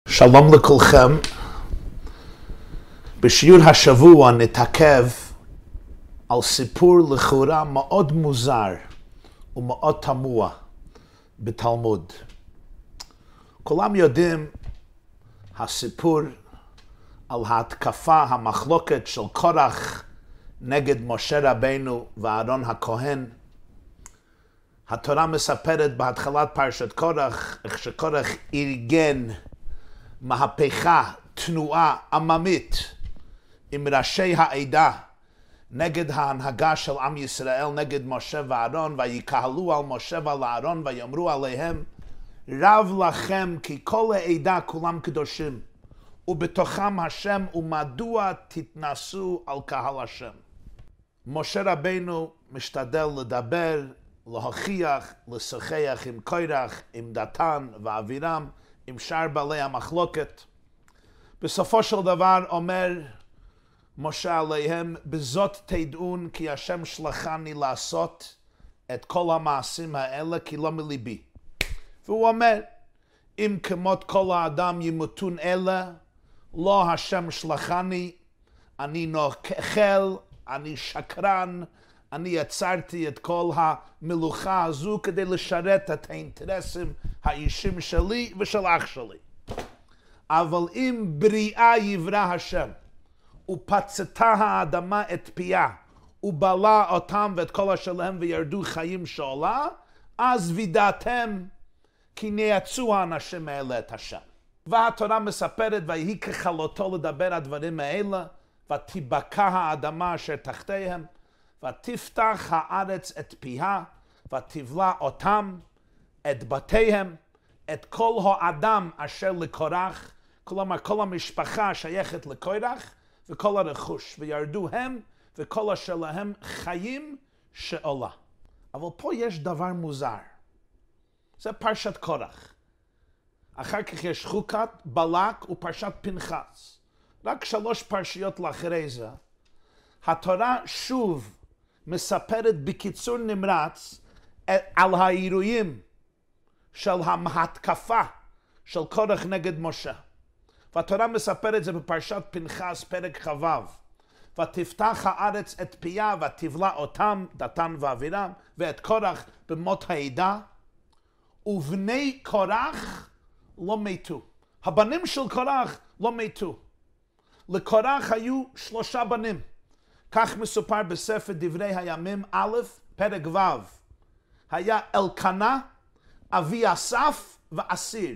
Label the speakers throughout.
Speaker 1: שלום לכולכם. בשיעור השבוע נתעכב על סיפור לכאורה מאוד מוזר ומאוד תמוה בתלמוד. כולם יודעים הסיפור על ההתקפה, המחלוקת של קורח נגד משה רבינו ואהרון הכהן. התורה מספרת בהתחלת פרשת קורח איך שקורח ארגן מהפכה, תנועה עממית עם ראשי העדה נגד ההנהגה של עם ישראל, נגד משה ואהרון, ויקהלו על משה ועל אהרון ויאמרו עליהם, רב לכם כי כל העדה כולם קדושים, ובתוכם השם, ומדוע תתנסו על קהל השם. משה רבינו משתדל לדבר, להוכיח, לשוחח עם קורח, עם דתן ואבירם, עם שאר בעלי המחלוקת. בסופו של דבר אומר משה עליהם, בזאת תדעון כי השם שלחני לעשות את כל המעשים האלה כי לא מליבי. והוא אומר, אם כמות כל האדם ימותון אלה, לא השם שלחני, אני נוכל, אני שקרן, אני יצרתי את כל המלוכה הזו כדי לשרת את האינטרסים האישיים שלי ושל אח שלי. אבל אם בריאה יברא השם, ופצתה האדמה את פיה, ובלע אותם ואת כל השלהם וירדו חיים שעולה, אז וידעתם כי נעצו האנשים האלה את השם. והתורה מספרת, ויהי ככלותו לדבר הדברים האלה, ותבקע האדמה אשר תחתיהם, ותפתח הארץ את פיה, ותבלע אותם, את בתיהם, את כל האדם אשר לקורח, כלומר כל המשפחה שייכת לקורח, וכל הרכוש, וירדו הם, וכל אשר להם חיים שעולה. אבל פה יש דבר מוזר. זה פרשת קורח. אחר כך יש חוקת, בלק ופרשת פנחס. רק 3 פרשיות לאחרי זה. התורה שוב מספרת בקיצור נמרץ על האירועים של ההתקפה של קורח נגד משה. והתורה מספרת את זה בפרשת פנחס פרק כ"ו. ותפתח הארץ את פיה ותבלע אותם, דתן ואבירם, ואת קורח במות העדה, ובני קורח לא מתו. הבנים של קורח לא מתו. לקורח היו 3 בנים. כך מסופר בספר דברי הימים א', פרק ו'. היה אלקנה, אבי אסף ואסיר.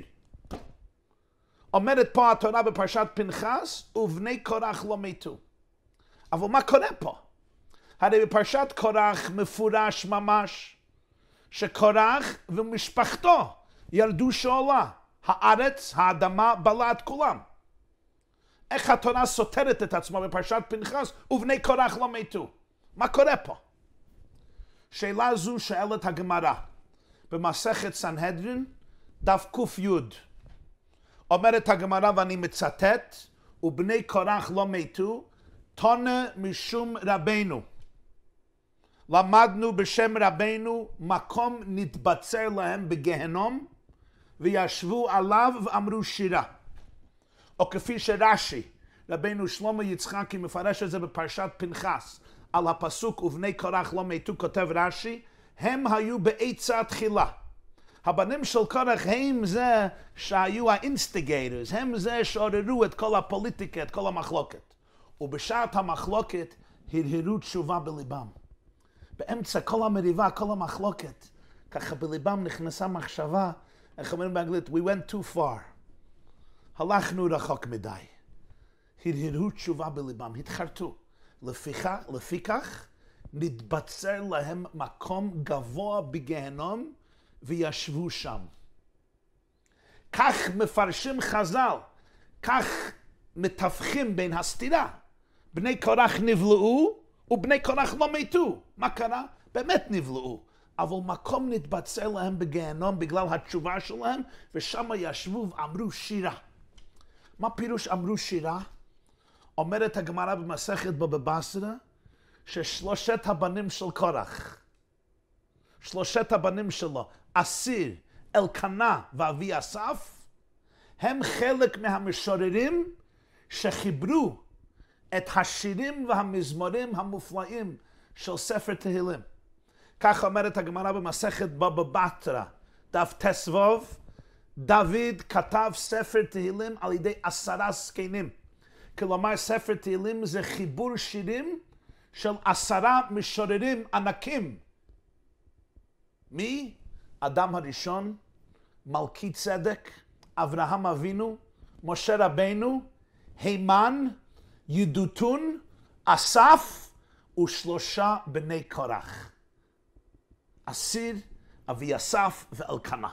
Speaker 1: אומרת פה התורה בפרשת פנחס, ובני קורח לא מתו. אבל מה קורה פה? הרי בפרשת קורח מפורש ממש שקורח ומשפחתו ירדו שאולה. הארץ, האדמה, בלעה את כולם. איך התורה סותרת את עצמה בפרשת פנחס, ובני קורח לא מתו? מה קורה פה? שאלה זו שואלת הגמרא במסכת סנהדרין, דף ק"י. אומרת הגמרא, ואני מצטט, ובני קורח לא מתו, תונה משום רבינו. למדנו בשם רבינו, מקום נתבצר להם בגהנום, וישבו עליו ואמרו שירה. או כפי שרש"י, רבינו שלמה יצחקי מפרש את זה בפרשת פנחס, על הפסוק ובני קורח לא מתו, כותב רש"י, הם היו בעצה תחילה. הבנים של קורח הם זה שהיו האינסטיגייטורס, הם זה שעוררו את כל הפוליטיקה, את כל המחלוקת. ובשעת המחלוקת הרהרו תשובה בליבם. באמצע כל המריבה, כל המחלוקת, ככה בליבם נכנסה מחשבה, איך אומרים באנגלית, we went too far. הלכנו רחוק מדי. הרהרו תשובה בליבם, התחרטו. לפיכך נתבצר להם מקום גבוה בגיהנום וישבו שם. כך מפרשים חז"ל, כך מתווכים בין הסתירה. בני קורח נבלעו ובני קורח לא מתו. מה קרה? באמת נבלעו. אבל מקום נתבצר להם בגיהנום בגלל התשובה שלהם, ושם ישבו ואמרו שירה. מה פירוש אמרו שירה? אומרת הגמרא במסכת בבא בסרא, ששלושת הבנים של קורח, 3 הבנים שלו, אסיר, אלקנה ואבי אסף, הם חלק מהמשוררים שחיברו את השירים והמזמורים המופלאים של ספר תהילים. כך אומרת הגמרא במסכת בבא בתרא, דף תסבוב, דוד כתב ספר תהילים על ידי 10 זקנים. כלומר, ספר תהילים זה חיבור שירים של 10 משוררים ענקים. מי? אדם הראשון, מלכי צדק, אברהם אבינו, משה רבנו, הימן, ידותון, אסף ו3 בני קורח. אסיר, אביאסף ואלקנה.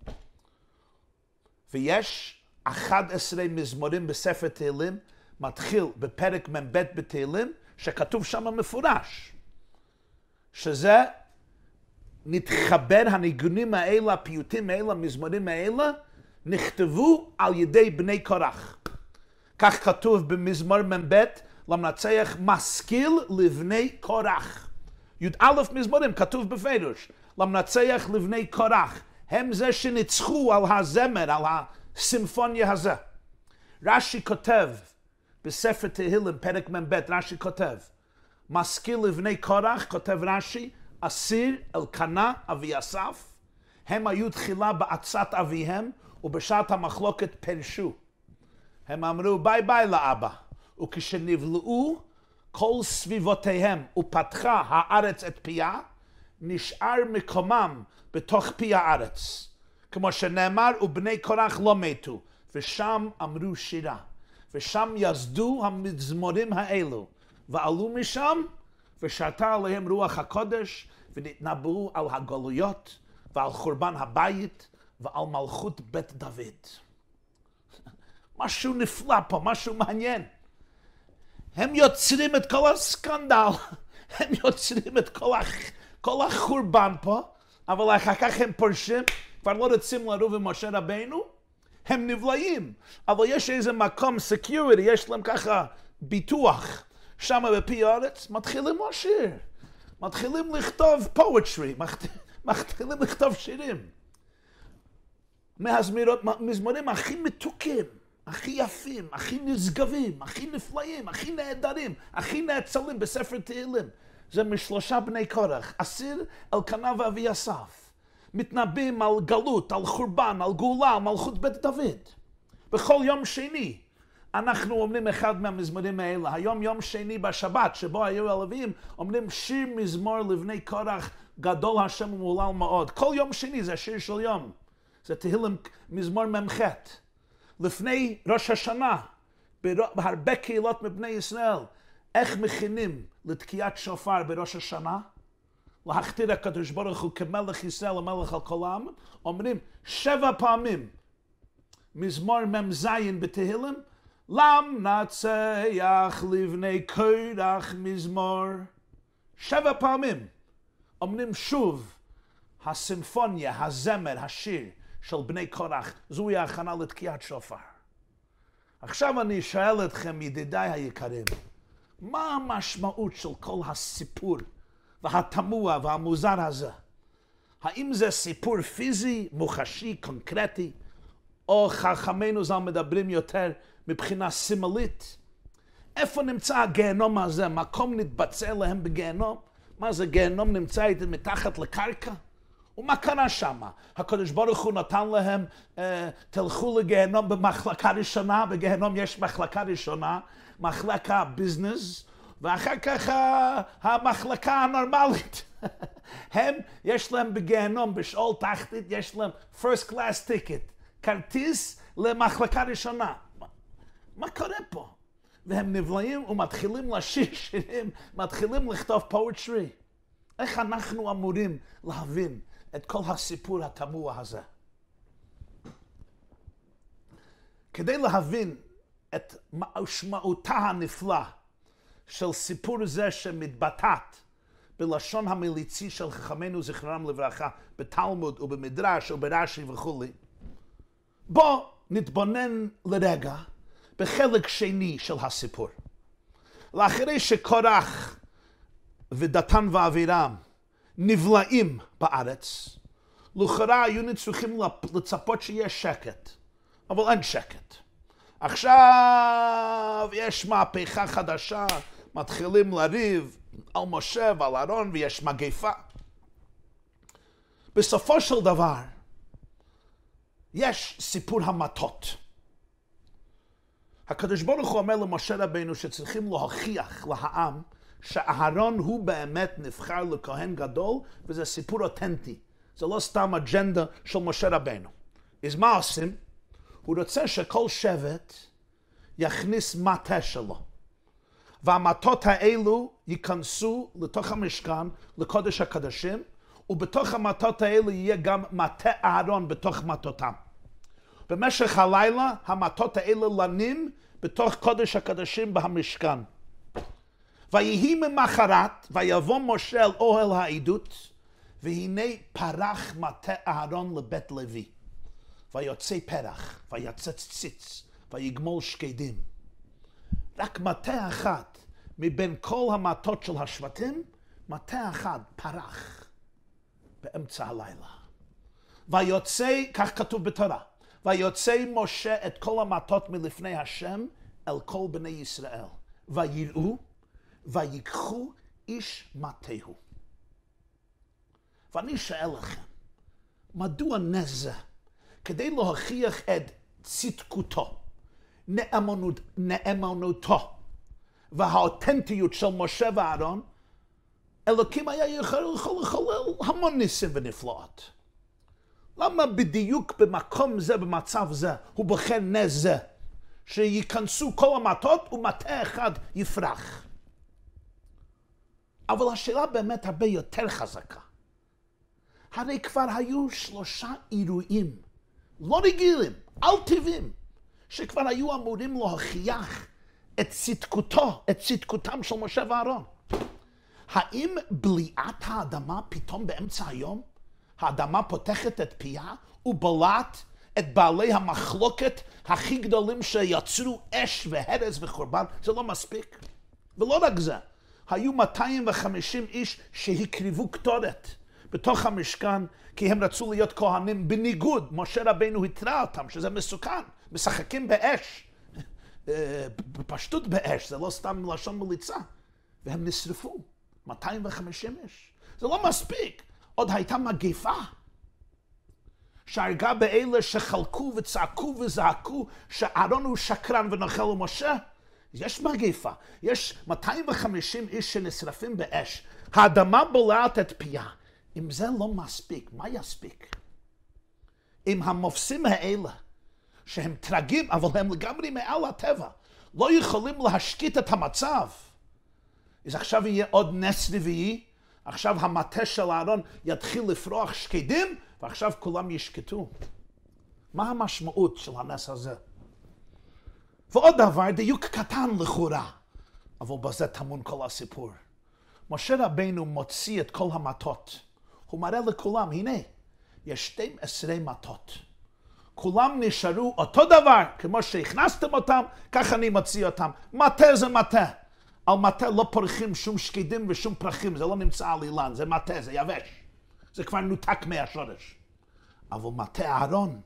Speaker 1: ויש 11 מזמורים בספר תהילים, מתחיל בפרק מ"ב בתהילים, שכתוב שם מפורש, שזה נתחבר, הניגונים האלה, הפיוטים האלה, המזמורים האלה, נכתבו על ידי בני קורח. כך כתוב במזמור מ"ב, למנצח משכיל לבני קורח. י"א מזמורים כתוב בפירוש, למנצח לבני קורח. הם זה שניצחו על הזמר, על הסימפוניה הזה. רש"י כותב, בספר תהילים, פרק מ"ב, רש"י כותב, משכיל לבני קורח, כותב רש"י, אסיר, אלקנה, אביאסף, הם היו תחילה בעצת אביהם, ובשעת המחלוקת פרשו. הם אמרו ביי ביי לאבא, וכשנבלעו כל סביבותיהם ופתחה הארץ את פיה, נשאר מקומם בתוך פי הארץ. כמו שנאמר, ובני קורח לא מתו, ושם אמרו שירה. ושם יסדו המזמורים האלו, ועלו משם, ושרתה עליהם רוח הקודש, ונתנבאו על הגלויות, ועל חורבן הבית, ועל מלכות בית דוד. משהו נפלא פה, משהו מעניין. הם יוצרים את כל הסקנדל, הם יוצרים את כל החורבן פה, אבל אחר כך הם פורשים, כבר לא רוצים לרוב עם משה רבנו, הם נבלעים, אבל יש איזה מקום security, יש להם ככה ביטוח, שם בפי הארץ, מתחילים לשיר, מתחילים לכתוב poetry, מתחילים לכתוב שירים. מהמזמורים הכי מתוקים, הכי יפים, הכי נשגבים, הכי נפלאים, הכי נהדרים, הכי נאצלים בספר תהילים. זה מ3 בני קורח, אסיר, אלקנה ואביאסף. מתנבאים על גלות, על חורבן, על גאולה, על מלכות בית דוד. בכל יום שני אנחנו אומרים אחד מהמזמורים האלה. היום יום שני בשבת, שבו היו הלוויים, אומרים שיר מזמור לבני קורח, גדול השם ומהולל מאוד. כל יום שני זה שיר של יום. זה תהילים מזמור מ"ח. לפני ראש השנה, בהרבה קהילות מבני ישראל, איך מכינים לתקיעת שופר בראש השנה? להכתיר הקדוש ברוך הוא כמלך ישראל ומלך על כל העם, אומרים 7 פעמים מזמור מ"ז בתהילים, למנצח לבני קורח מזמור. 7 פעמים אומרים שוב הסימפוניה, הזמר, השיר של בני קורח, זוהי ההכנה לתקיעת שופר. עכשיו אני שואל אתכם, ידידיי היקרים, מה המשמעות של כל הסיפור והתמוה והמוזר הזה? האם זה סיפור פיזי, מוחשי, קונקרטי, או חכמינו ז"ל מדברים יותר מבחינה סימלית? איפה נמצא הגיהנום הזה? מקום נתבצע להם בגיהנום? מה זה גיהנום נמצא איתם מתחת לקרקע? ומה קרה שם? הקדוש ברוך הוא נתן להם, תלכו לגיהנום במחלקה ראשונה, בגיהנום יש מחלקה ראשונה, מחלקה ביזנס, ואחר כך המחלקה הנורמלית. יש להם בגיהנום בשאול תחתית, יש להם first class ticket, כרטיס למחלקה ראשונה. מה קורה פה? והם נבלעים ומתחילים לשיר שירים, מתחילים לכתוב poetry. איך אנחנו אמורים להבין את כל הסיפור התמוה הזה? כדי להבין את משמעותה הנפלאה של סיפור זה שמתבטאת בלשון המליצי של חכמינו זכרם לברכה, בתלמוד ובמדרש וברש"י וכו', בוא נתבונן לרגע בחלק שני של הסיפור. לאחרי שקורח ודתן ואבירם נבלעים בארץ, לכאורה היו צריכים לצפות שיהיה שקט. אבל אין שקט. עכשיו יש מהפכה חדשה, מתחילים לריב על משה ועל אהרון ויש מגפה. בסופו של דבר, יש סיפור המטות. הקדוש ברוך הוא אומר למשה רבינו שצריכים להוכיח לעם שאהרון הוא באמת נבחר לכהן גדול, וזה סיפור אותנטי. זה לא סתם אג'נדה של משה רבינו. אז מה עושים? הוא רוצה שכל שבט יכניס מטה שלו. והמטות האלו ייכנסו לתוך המשכן, לקודש הקדשים, ובתוך המטות האלו יהיה גם מטה אהרון בתוך מטותם. במשך הלילה המטות האלו לנים בתוך קודש הקדשים במשכן. ויהי ממחרת, ויבוא משה אל אוהל העדות, והנה פרח מטה אהרון לבית לוי. ויוצא פרח, ויצץ ציץ, ויגמול שקדים. רק מטה אחד מבין כל המטות של השבטים, מטה אחד פרח באמצע הלילה. ויוצא, כך כתוב בתורה, ויוצא משה את כל המטות מלפני השם אל כל בני ישראל. ויראו, ויקחו איש מטהו. ואני שואל לכם, מדוע נזה? כדי להוכיח את צדקותו, נאמנותו, והאותנטיות של משה ואהרון, אלוקים היה יכול לחולל המון ניסים ונפלאות. למה בדיוק במקום זה, במצב זה, הוא בוחר נזה, שייכנסו כל המטות ומטה אחד יפרח? אבל השאלה באמת הרבה יותר חזקה. הרי כבר היו 3 אירועים, לא רגילים, על טבעים, שכבר היו אמורים להוכיח את צדקותם של משה ואהרון. האם בליעת האדמה פתאום באמצע היום, האדמה פותחת את פיה ובלעת את בעלי המחלוקת הכי גדולים שיצרו אש והרס וחורבן? זה לא מספיק. ולא רק זה, היו 250 איש שהקריבו קטורת בתוך המשכן, כי הם רצו להיות כהנים בניגוד. משה רבינו התראה אותם שזה מסוכן, משחקים באש, בפשטות באש, זה לא סתם לשון מליצה. והם נשרפו, 250 איש. זה לא מספיק. עוד הייתה מגפה שהרגה באלה שחלקו וצעקו וזעקו שאהרון הוא שקרן ונוכל למשה. יש מגפה, יש 250 איש שנשרפים באש, האדמה בולעת את פיה. אם זה לא מספיק, מה יספיק? אם המופסים האלה, שהם טרגים, אבל הם לגמרי מעל הטבע, לא יכולים להשקיט את המצב, אז עכשיו יהיה עוד נס רביעי, עכשיו המטה של אהרון יתחיל לפרוח שקדים, ועכשיו כולם ישקטו. מה המשמעות של הנס הזה? ועוד דבר, דיוק קטן לכאורה, אבל בזה טמון כל הסיפור. משה רבינו מוציא את כל המטות. הוא מראה לכולם, הנה, יש 12 מטות. כולם נשארו אותו דבר, כמו שהכנסתם אותם, כך אני מוציא אותם. מטה זה מטה. על מטה לא פורחים שום שקדים ושום פרחים, זה לא נמצא על אילן, זה מטה, זה יבש. זה כבר נותק מהשורש. אבל מטה אהרון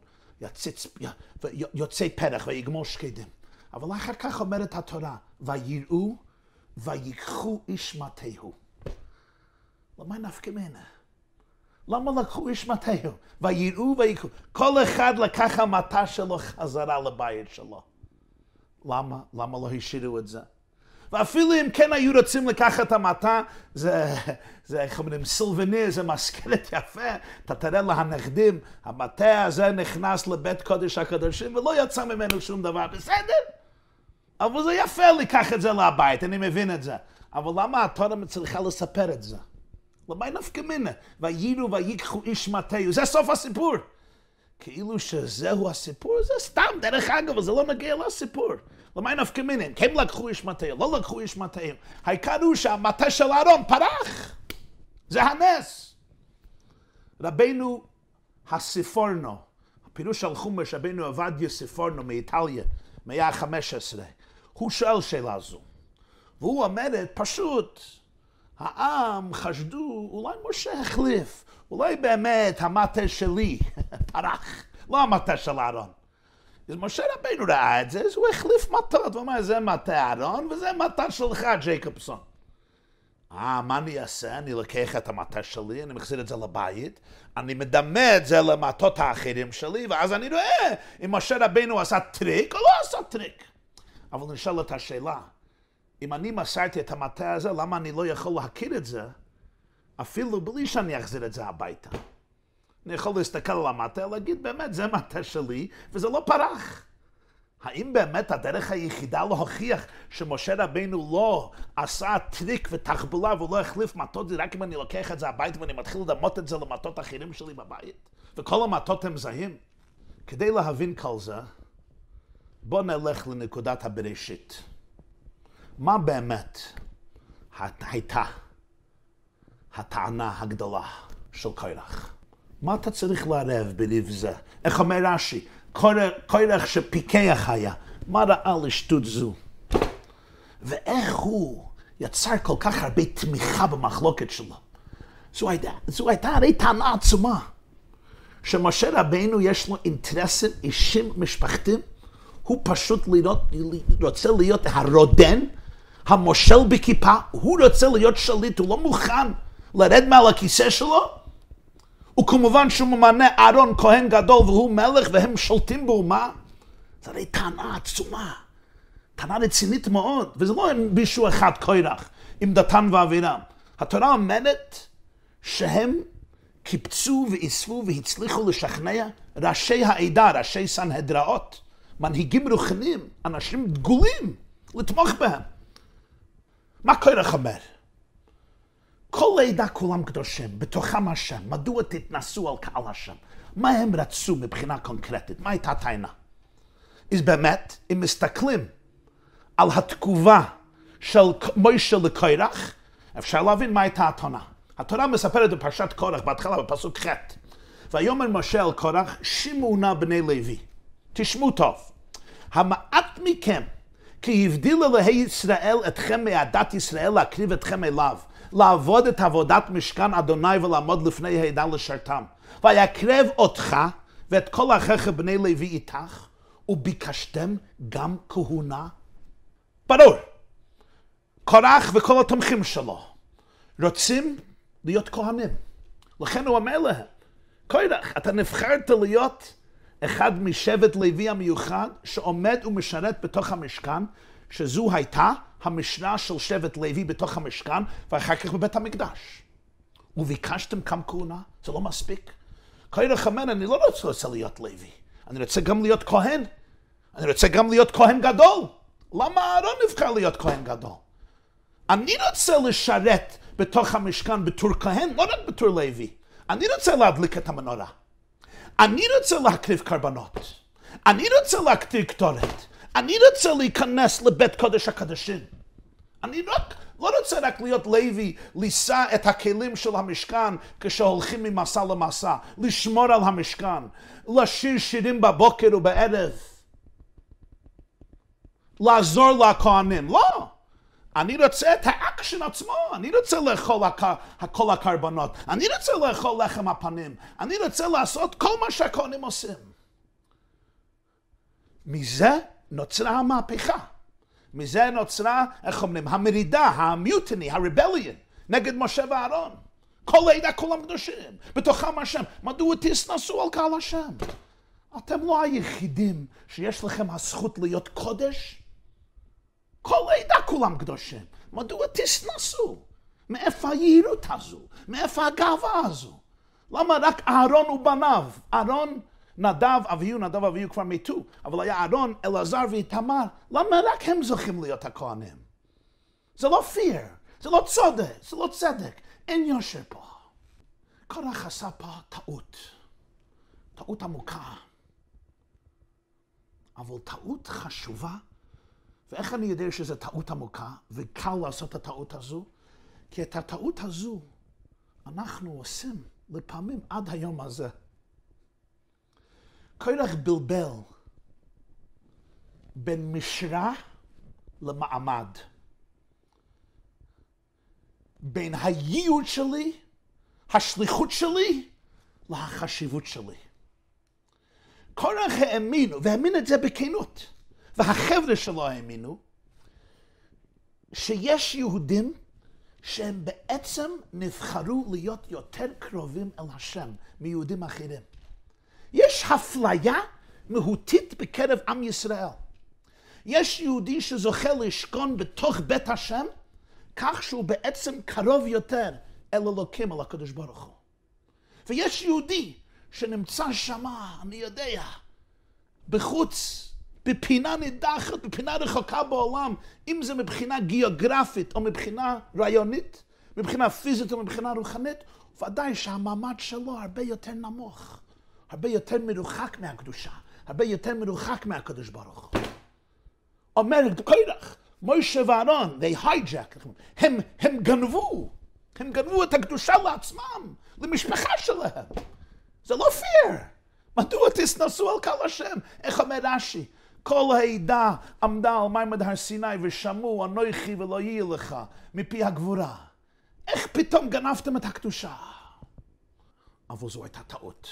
Speaker 1: יוצא פרח ויגמול שקדים. אבל אחר כך אומרת התורה, ויראו ויקחו איש מטהו. למה נפקא מינה? למה לקחו איש מטהו? ויראו ויקחו. כל אחד לקח המטה שלו חזרה לבית שלו. למה? למה לא השאירו את זה? ואפילו אם כן היו רוצים לקחת את המטה, זה איך אומרים, סילבני, זה מזכרת יפה. אתה תראה להנכדים, המטה הזה נכנס לבית קודש הקדושים ולא יצא ממנו שום דבר. בסדר? אבל זה יפה לקח את זה לבית, אני מבין את זה. אבל למה התורה צריכה לספר את זה? למה נפקא מינה? ויראו ויקחו איש מטהו. זה סוף הסיפור. כאילו שזהו הסיפור, זה סתם, דרך אגב, זה לא נגיע לסיפור. למה נפקא מינה? כן לקחו איש מטהו, לא לקחו איש מטהו. העיקר הוא שהמטה של אהרון פרח. זה הנס. רבינו הספורנו, הפירוש על חומש, רבינו עובדיה ספורנו מאיטליה, מאה ה-15, הוא שואל שאלה זו. והוא אומרת, פשוט, העם חשדו, אולי משה החליף, אולי באמת המטה שלי פרח, לא המטה של אהרון. אז משה רבינו ראה את זה, אז הוא החליף מטות, ואומר, זה מטה אהרון, וזה מטה שלך, ג'ייקובסון. מה אני אעשה? אני לוקח את המטה שלי, אני מחזיר את זה לבית, אני מדמה את זה למטות האחרים שלי, ואז אני רואה אם משה רבינו עשה טריק או לא עשה טריק. אבל נשאל את השאלה, אם אני מסרתי את המטה הזה, למה אני לא יכול להכיר את זה, אפילו בלי שאני אחזיר את זה הביתה? אני יכול להסתכל על המטה, להגיד באמת, זה מטה שלי, וזה לא פרח. האם באמת הדרך היחידה להוכיח שמשה רבינו לא עשה טריק ותחבולה ולא החליף מטות, זה רק אם אני לוקח את זה הביתה ואני מתחיל לדמות את זה למטות אחרים שלי בבית? וכל המטות הם זהים. כדי להבין כל זה, בוא נלך לנקודת הבראשית. מה באמת הייתה הטענה הגדולה של קורח? מה אתה צריך לערב בריב זה? איך אומר רש"י? קורח שפיקח היה, מה ראה לשטות זו? ואיך הוא יצר כל כך הרבה תמיכה במחלוקת שלו? זו הייתה הרי טענה עצומה, שמשה רבינו יש לו אינטרסים אישיים משפחתיים, הוא פשוט רוצה להיות הרודן, המושל בכיפה, הוא רוצה להיות שליט, הוא לא מוכן לרד מעל הכיסא שלו, וכמובן שהוא ממנה אהרון כהן גדול והוא מלך והם שולטים באומה. זה הרי טענה עצומה, טענה רצינית מאוד, וזה לא עם מישהו אחד קורח, עם דתן ואבירם. התורה אומרת שהם קיבצו ואיספו והצליחו לשכנע ראשי העדה, ראשי סנהדראות, מנהיגים רוחניים, אנשים דגולים, לתמוך בהם. מה קורח אומר? כל העדה כולם קדושים, בתוכם השם, מדוע תתנסו על קהל השם? מה הם רצו מבחינה קונקרטית? מה הייתה הטענה? אז באמת, אם מסתכלים על התגובה של מוישה לקורח, אפשר להבין מה הייתה הטענה. התורה מספרת בפרשת קורח, בהתחלה בפסוק ח' ויאמר משה אל קורח, שמעו נא בני לוי. תשמעו טוב. המעט מכם, כי הבדיל אלוהי ישראל אתכם מעדת ישראל להקריב אתכם אליו, לעבוד את עבודת משכן אדוני ולעמוד לפני העדה לשרתם. ויקרב אותך ואת כל אחיך בני לוי איתך, וביקשתם גם כהונה. ברור. קורח וכל התומכים שלו רוצים להיות כהנים. לכן הוא אומר להם, קורח, אתה נבחרת להיות אחד משבט לוי המיוחד שעומד ומשרת בתוך המשכן, שזו הייתה המשנה של שבט לוי בתוך המשכן, ואחר כך בבית המקדש. וביקשתם כמה כהונה, זה לא מספיק. קורח אומר, אני לא רוצה להיות לוי, אני רוצה גם להיות כהן. אני רוצה גם להיות כהן גדול. למה אהרון נבחר להיות כהן גדול? אני רוצה לשרת בתוך המשכן בתור כהן, לא רק בתור לוי. אני רוצה להדליק את המנורה. אני רוצה להקריב קרבנות. אני רוצה להקטיר קטורת. אני רוצה להיכנס לבית קודש הקדשים. אני לא רוצה רק להיות לוי, לישא את הכלים של המשכן כשהולכים ממסע למסע, לשמור על המשכן, לשיר שירים בבוקר ובערב, לעזור לכהנים. לא. אני רוצה את האקשן עצמו, אני רוצה לאכול כל הקרבנות, אני רוצה לאכול לחם הפנים, אני רוצה לעשות כל מה שהכהנים עושים. מזה נוצרה המהפכה. מזה נוצרה, איך אומרים, המרידה, המיוטני, הרבליון, נגד משה ואהרון. כל העדה כולם קדושים, בתוכם השם. מדוע תתנסו על קהל השם? אתם לא היחידים שיש לכם הזכות להיות קודש? כל העדה כולם קדושים. מדוע תתנסו? מאיפה היהירות הזו? מאיפה הגאווה הזו? למה רק אהרון ובניו? אהרון, נדב אביהו כבר מתו, אבל היה אהרון, אלעזר ואיתמר. למה רק הם זוכים להיות הכהנים? זה לא פייר, זה לא צודק, זה לא צדק. אין יושר פה. קורח עשה פה טעות עמוקה. אבל טעות חשובה. ואיך אני יודע שזו טעות עמוקה, וקל לעשות את הטעות הזו? כי את הטעות הזו אנחנו עושים לפעמים עד היום הזה. קורח בלבל בין משרה למעמד. בין הייעוד שלי, השליחות שלי, לחשיבות שלי. קורח האמינו, והאמין את זה בכנות, והחבר'ה שלו האמינו, שיש יהודים שהם בעצם נבחרו להיות יותר קרובים אל השם מיהודים אחרים. יש אפליה מהותית בקרב עם ישראל. יש יהודי שזוכה לשכון בתוך בית השם, כך שהוא בעצם קרוב יותר אל אלוקים, אל הקדוש ברוך הוא. ויש יהודי שנמצא שמה, אני יודע, בחוץ, בפינה נידחת, בפינה רחוקה בעולם, אם זה מבחינה גיאוגרפית או מבחינה רעיונית, מבחינה פיזית או מבחינה רוחנית, ודאי שהמעמד שלו הרבה יותר נמוך, הרבה יותר מרוחק מהקדושה, הרבה יותר מרוחק מהקדוש ברוך הוא. אומר קורח, מוישה ואהרון, they hijack, הם גנבו את הקדושה לעצמם, למשפחה שלהם. זה לא פייר. מדוע תסנסו על כל השם? איך אומר רש"י? כל העדה עמדה על מעמד הר סיני ושמעו אנוכי ולא יהיה לך מפי הגבורה. איך פתאום גנבתם את הקדושה? אבל זו הייתה טעות.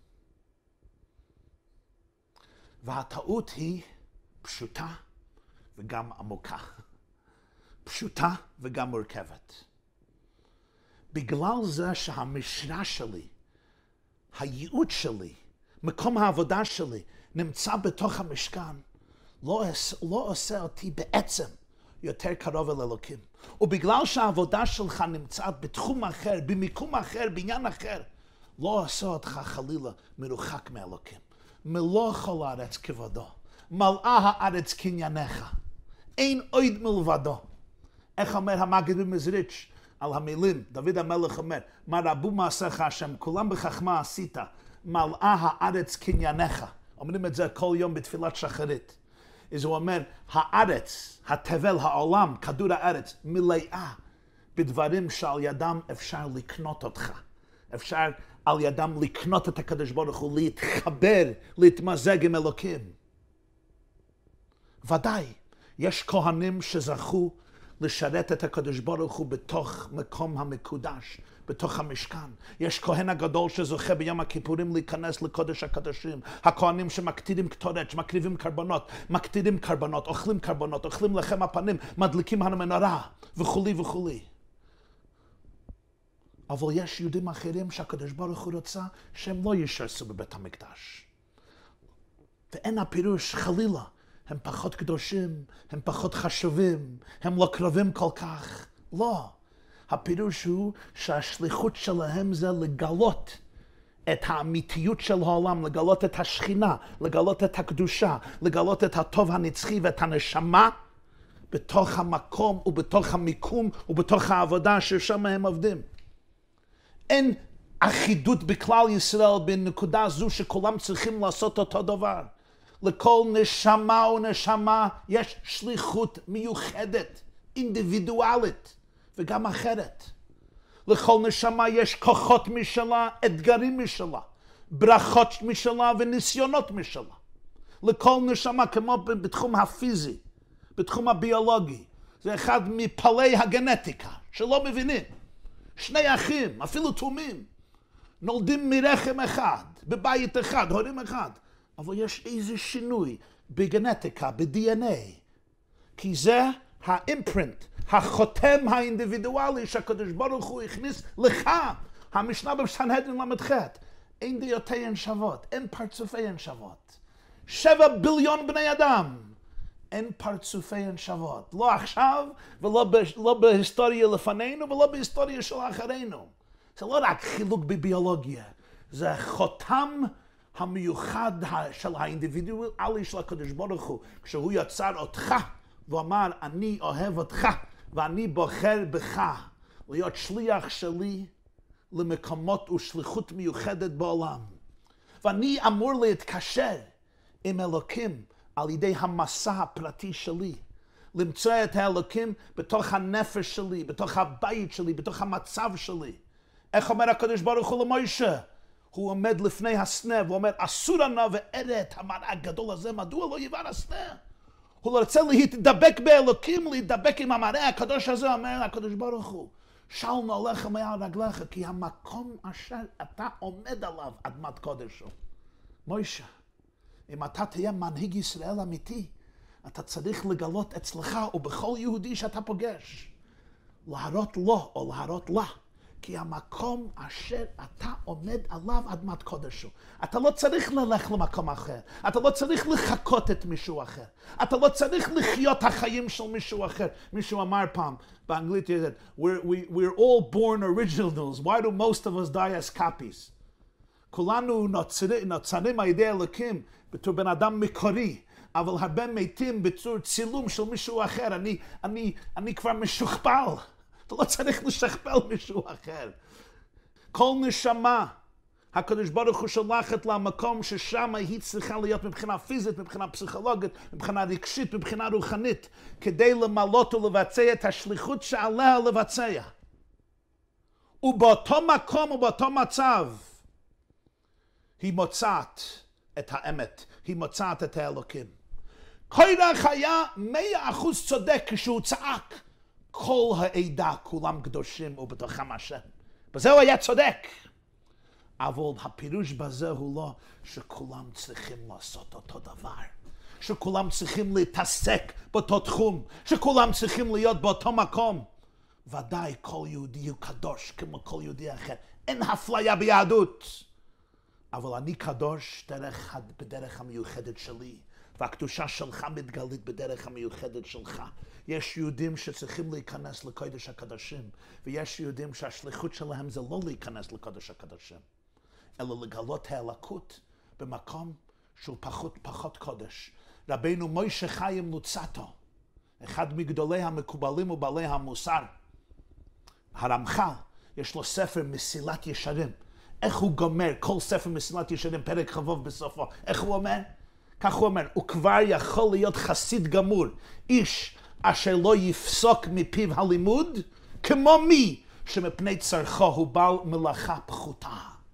Speaker 1: והטעות היא פשוטה וגם עמוקה. פשוטה וגם מורכבת. בגלל זה שהמשרה שלי, הייעוד שלי, מקום העבודה שלי, נמצא בתוך המשכן, לא עושה אותי בעצם יותר קרוב אל אלוקים. ובגלל שהעבודה שלך נמצאת בתחום אחר, במיקום אחר, בעניין אחר, לא עושה אותך חלילה מרוחק מאלוקים. מלוא כל הארץ כבודו, מלאה הארץ קנייניך, אין עוד מלבדו. איך אומר המגיד במזריץ' על המילים, דוד המלך אומר, מה רבו מעשיך השם, כולם בחכמה עשית, מלאה הארץ קנייניך. אומרים את זה כל יום בתפילת שחרית. אז הוא אומר, הארץ, התבל, העולם, כדור הארץ, מלאה בדברים שעל ידם אפשר לקנות אותך. אפשר על ידם לקנות את הקדוש ברוך הוא, להתחבר, להתמזג עם אלוקים. ודאי, יש כהנים שזכו לשרת את הקדוש ברוך הוא בתוך מקום המקודש, בתוך המשכן. יש כהן הגדול שזוכה ביום הכיפורים להיכנס לקודש הקדושים. הכהנים שמקטירים קטורת, שמקריבים קרבנות, מקטירים קרבנות, אוכלים לחם הפנים, מדליקים המנורה, וכולי וכולי. אבל יש יהודים אחרים שהקדוש ברוך הוא רוצה שהם לא ישרסו בבית המקדש. ואין הפירוש חלילה. הם פחות קדושים, הם פחות חשובים, הם לא קרובים כל כך. לא. הפירוש הוא שהשליחות שלהם זה לגלות את האמיתיות של העולם, לגלות את השכינה, לגלות את הקדושה, לגלות את הטוב הנצחי ואת הנשמה בתוך המקום ובתוך המיקום ובתוך העבודה ששם הם עובדים. אין אחידות בכלל ישראל בנקודה זו שכולם צריכים לעשות אותו דבר. לכל נשמה ונשמה יש שליחות מיוחדת, אינדיבידואלית וגם אחרת. לכל נשמה יש כוחות משלה, אתגרים משלה, ברכות משלה וניסיונות משלה. לכל נשמה, כמו בתחום הפיזי, בתחום הביולוגי, זה אחד מפעלי הגנטיקה שלא מבינים. שני אחים, אפילו תאומים, נולדים מרחם אחד, בבית אחד, הורים אחד. אבל יש איזה שינוי בגנטיקה, ב-DNA. כי זה האימפרינט, החותם האינדיבידואלי שהקדוש ברוך הוא הכניס לך. המשנה בסנהדרין למ"ח, אין דעותיהן שוות, אין פרצופיהן שוות. 7 ביליון בני אדם, אין פרצופיהן שוות. לא עכשיו ולא בהיסטוריה לפנינו ולא בהיסטוריה של אחרינו. זה לא רק חילוק בביולוגיה, זה חותם המיוחד של האינדיבידואלי של הקדוש ברוך הוא, כשהוא יצר אותך ואמר, אני אוהב אותך ואני בוחר בך להיות שליח שלי למקומות ושליחות מיוחדת בעולם. ואני אמור להתקשר עם אלוקים על ידי המסע הפרטי שלי, למצוא את האלוקים בתוך הנפש שלי, בתוך הבית שלי, בתוך המצב שלי. איך אומר הקדוש ברוך הוא למוישה? הוא עומד לפני הסנה ואומר, אסור נא ואראה את המראה הגדול הזה, מדוע לא יבער הסנה? הוא רוצה להתדבק באלוקים, להתדבק עם המראה הקדוש הזה, אומר הקדוש ברוך הוא, של נעליך מעל רגליך, כי המקום אשר אתה עומד עליו, אדמת קודש הוא. מוישה, אם אתה תהיה מנהיג ישראל אמיתי, אתה צריך לגלות אצלך ובכל יהודי שאתה פוגש, להראות לו או להראות לה, כי המקום אשר אתה עומד עליו אדמת קודש הוא. אתה לא צריך ללכת למקום אחר, אתה לא צריך לחכות את מישהו אחר, אתה לא צריך לחיות החיים של מישהו אחר. מישהו אמר פעם, באנגלית, we're all born originals, why do most of us die as copies? כולנו נוצרים על ידי אלוקים בתור בן אדם מקורי, אבל הרבה מתים בתור צילום של מישהו אחר. אני כבר משוכפל. אתה לא צריך לשכפל מישהו אחר. כל נשמה, הקדוש ברוך הוא שולחת למקום ששם היא צריכה להיות מבחינה פיזית, מבחינה פסיכולוגית, מבחינה רגשית, מבחינה רוחנית, כדי למלות ולבצע את השליחות שעליה לבצע. ובאותו מקום ובאותו מצב, היא מוצאת את האמת, היא מוצאת את האלוקים. קורח היה 100% צודק כשהוא צעק, כל העדה כולם קדושים ובתוכם השם. בזה הוא היה צודק. אבל הפירוש בזה הוא לא שכולם צריכים לעשות אותו דבר. שכולם צריכים להתעסק באותו תחום. שכולם צריכים להיות באותו מקום. ודאי כל יהודי הוא קדוש כמו כל יהודי אחר. אין אפליה ביהדות. אבל אני קדוש בדרך המיוחדת שלי. והקדושה שלך מתגלית בדרך המיוחדת שלך. יש יהודים שצריכים להיכנס לקודש הקדושים, ויש יהודים שהשליחות שלהם זה לא להיכנס לקודש הקדושים, אלא לגלות האלוקות במקום שהוא פחות קודש. רבינו מוישה חיים לוצאטו, אחד מגדולי המקובלים ובעלי המוסר, הרמח"ל, יש לו ספר מסילת ישרים. איך הוא גומר כל ספר מסילת ישרים, פרק חבוב בסופו? איך הוא אומר? כך הוא אומר, הוא כבר יכול להיות חסיד גמור, איש אשר לא יפסוק מפיו הלימוד, כמו מי שמפני צרכו הוא בעל מלאכה פחותה.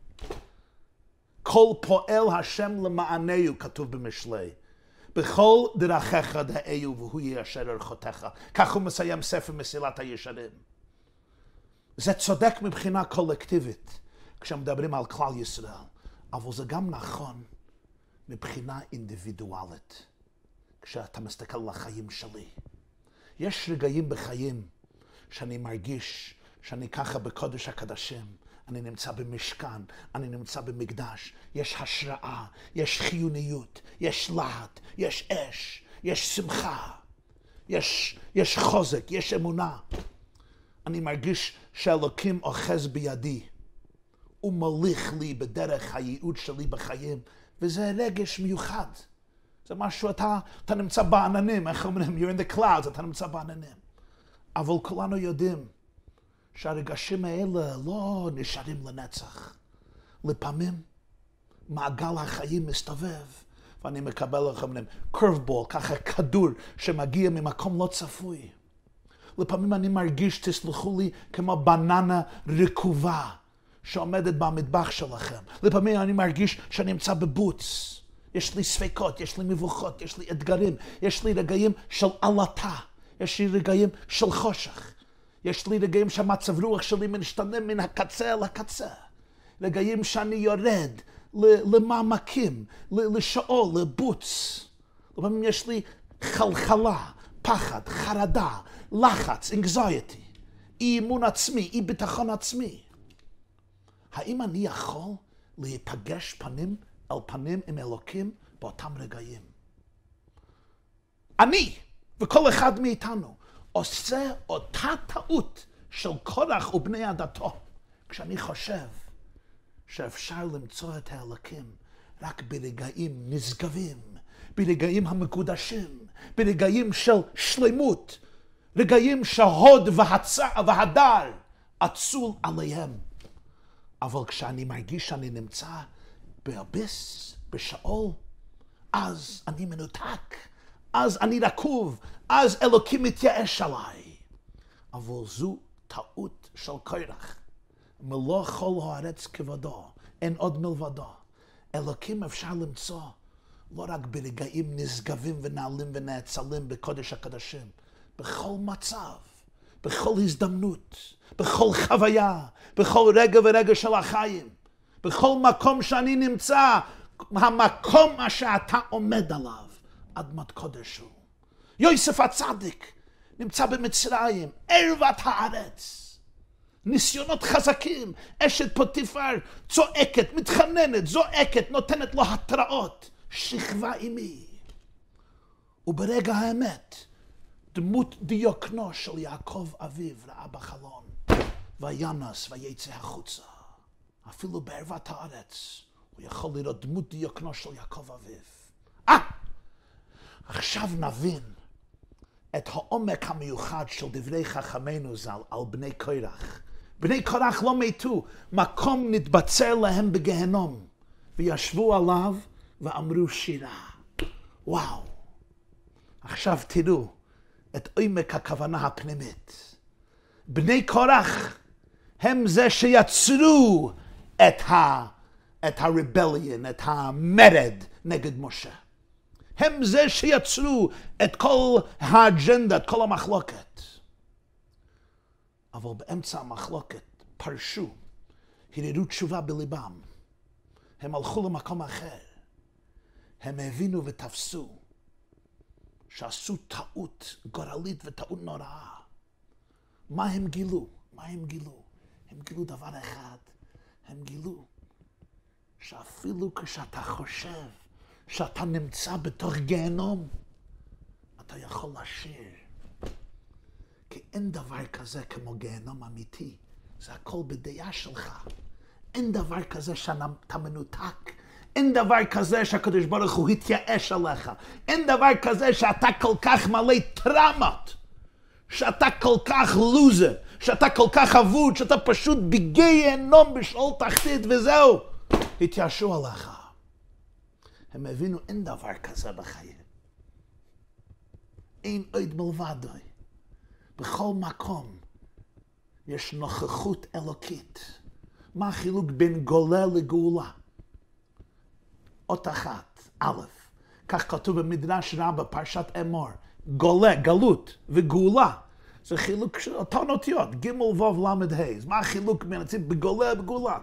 Speaker 1: כל פועל השם למענהו, כתוב במשלי. בכל דרכיך דאהו והוא יישר אורחותיך. כך הוא מסיים ספר מסילת הישרים. זה צודק מבחינה קולקטיבית, כשמדברים על כלל ישראל, אבל זה גם נכון מבחינה אינדיבידואלית, כשאתה מסתכל על החיים שלי. יש רגעים בחיים שאני מרגיש שאני ככה בקודש הקדשים, אני נמצא במשכן, אני נמצא במקדש, יש השראה, יש חיוניות, יש להט, יש אש, יש שמחה, יש חוזק, יש אמונה. אני מרגיש שאלוקים אוחז בידי, הוא מוליך לי בדרך הייעוד שלי בחיים, וזה רגש מיוחד. זה משהו, אתה נמצא בעננים, איך אומרים, you're in the clouds, אתה נמצא בעננים. אבל כולנו יודעים שהרגשים האלה לא נשארים לנצח. לפעמים מעגל החיים מסתובב, ואני מקבל, איך אומרים, curveball, ככה כדור שמגיע ממקום לא צפוי. לפעמים אני מרגיש, תסלחו לי, כמו בננה רקובה שעומדת במטבח שלכם. לפעמים אני מרגיש שאני נמצא בבוץ. יש לי ספקות, יש לי מבוכות, יש לי אתגרים, יש לי רגעים של עלטה, יש לי רגעים של חושך, יש לי רגעים שהמצב רוח שלי משתנה מן הקצה אל הקצה, רגעים שאני יורד למעמקים, לשאול, לבוץ. לפעמים יש לי חלחלה, פחד, חרדה, לחץ, anxiety, אי אמון עצמי, אי ביטחון עצמי. האם אני יכול להיפגש פנים על פנים עם אלוקים באותם רגעים? אני וכל אחד מאיתנו עושה אותה טעות של קורח ובני עדתו, כשאני חושב שאפשר למצוא את האלוקים רק ברגעים נשגבים, ברגעים המקודשים, ברגעים של שלמות, רגעים שההוד וההדר אצול עליהם. אבל כשאני מרגיש שאני נמצא באביס, בשאול, אז אני מנותק, אז אני רקוב, אז אלוקים מתייאש עליי. אבל זו טעות של קורח. מלוא כל הארץ כבודו, אין עוד מלבדו. אלוקים אפשר למצוא לא רק ברגעים נשגבים ונעלים ונאצלים בקודש הקדשים, בכל מצב, בכל הזדמנות, בכל חוויה, בכל רגע ורגע של החיים, בכל מקום שאני נמצא, המקום שאתה עומד עליו, אדמת קודש הוא. יוסף הצדיק נמצא במצרים, ערוות הארץ. ניסיונות חזקים, אשת פוטיפר צועקת, מתחננת, זועקת, נותנת לו התראות. שכבה עימי. וברגע האמת, דמות דיוקנו של יעקב אביו ראה בחלון, וינס ויצא החוצה. אפילו בערוות הארץ, הוא יכול לראות דמות דיוקנו של יעקב אביו. עכשיו נבין את העומק המיוחד של דברי חכמינו ז"ל על בני קורח. בני קורח לא מתו, מקום נתבצר להם בגהנום, וישבו עליו ואמרו שירה. וואו. עכשיו תראו את עומק הכוונה הפנימית. בני קורח הם זה שיצרו את הרבליון, את המרד נגד משה. הם זה שיצרו את כל האג'נדה, את כל המחלוקת. אבל באמצע המחלוקת פרשו, הרהרו תשובה בליבם. הם הלכו למקום אחר. הם הבינו ותפסו שעשו טעות גורלית וטעות נוראה. מה הם גילו? הם גילו דבר אחד. הם גילו שאפילו כשאתה חושב שאתה נמצא בתוך גיהנום, אתה יכול לשיר. כי אין דבר כזה כמו גיהנום אמיתי. זה הכל בדעה שלך. אין דבר כזה שאתה מנותק. אין דבר כזה שהקדוש ברוך הוא התייאש עליך. אין דבר כזה שאתה כל כך מלא טראומות. שאתה כל כך לוזר. שאתה כל כך אבוד. שאתה פשוט בגיהנום בשאול תחתית וזהו. התייאשו עליך. הם הבינו אין דבר כזה בחיים. אין עוד מלבדוי. בכל מקום יש נוכחות אלוקית. מה החילוק בין גולה לגאולה? אות אחת, א', כך כתוב במדרש רבה, פרשת אמור. גולה, גלות וגאולה. זה חילוק של אותן אותיות, ג' ו' ל' ה'. מה החילוק בין בגולה ובגאולה?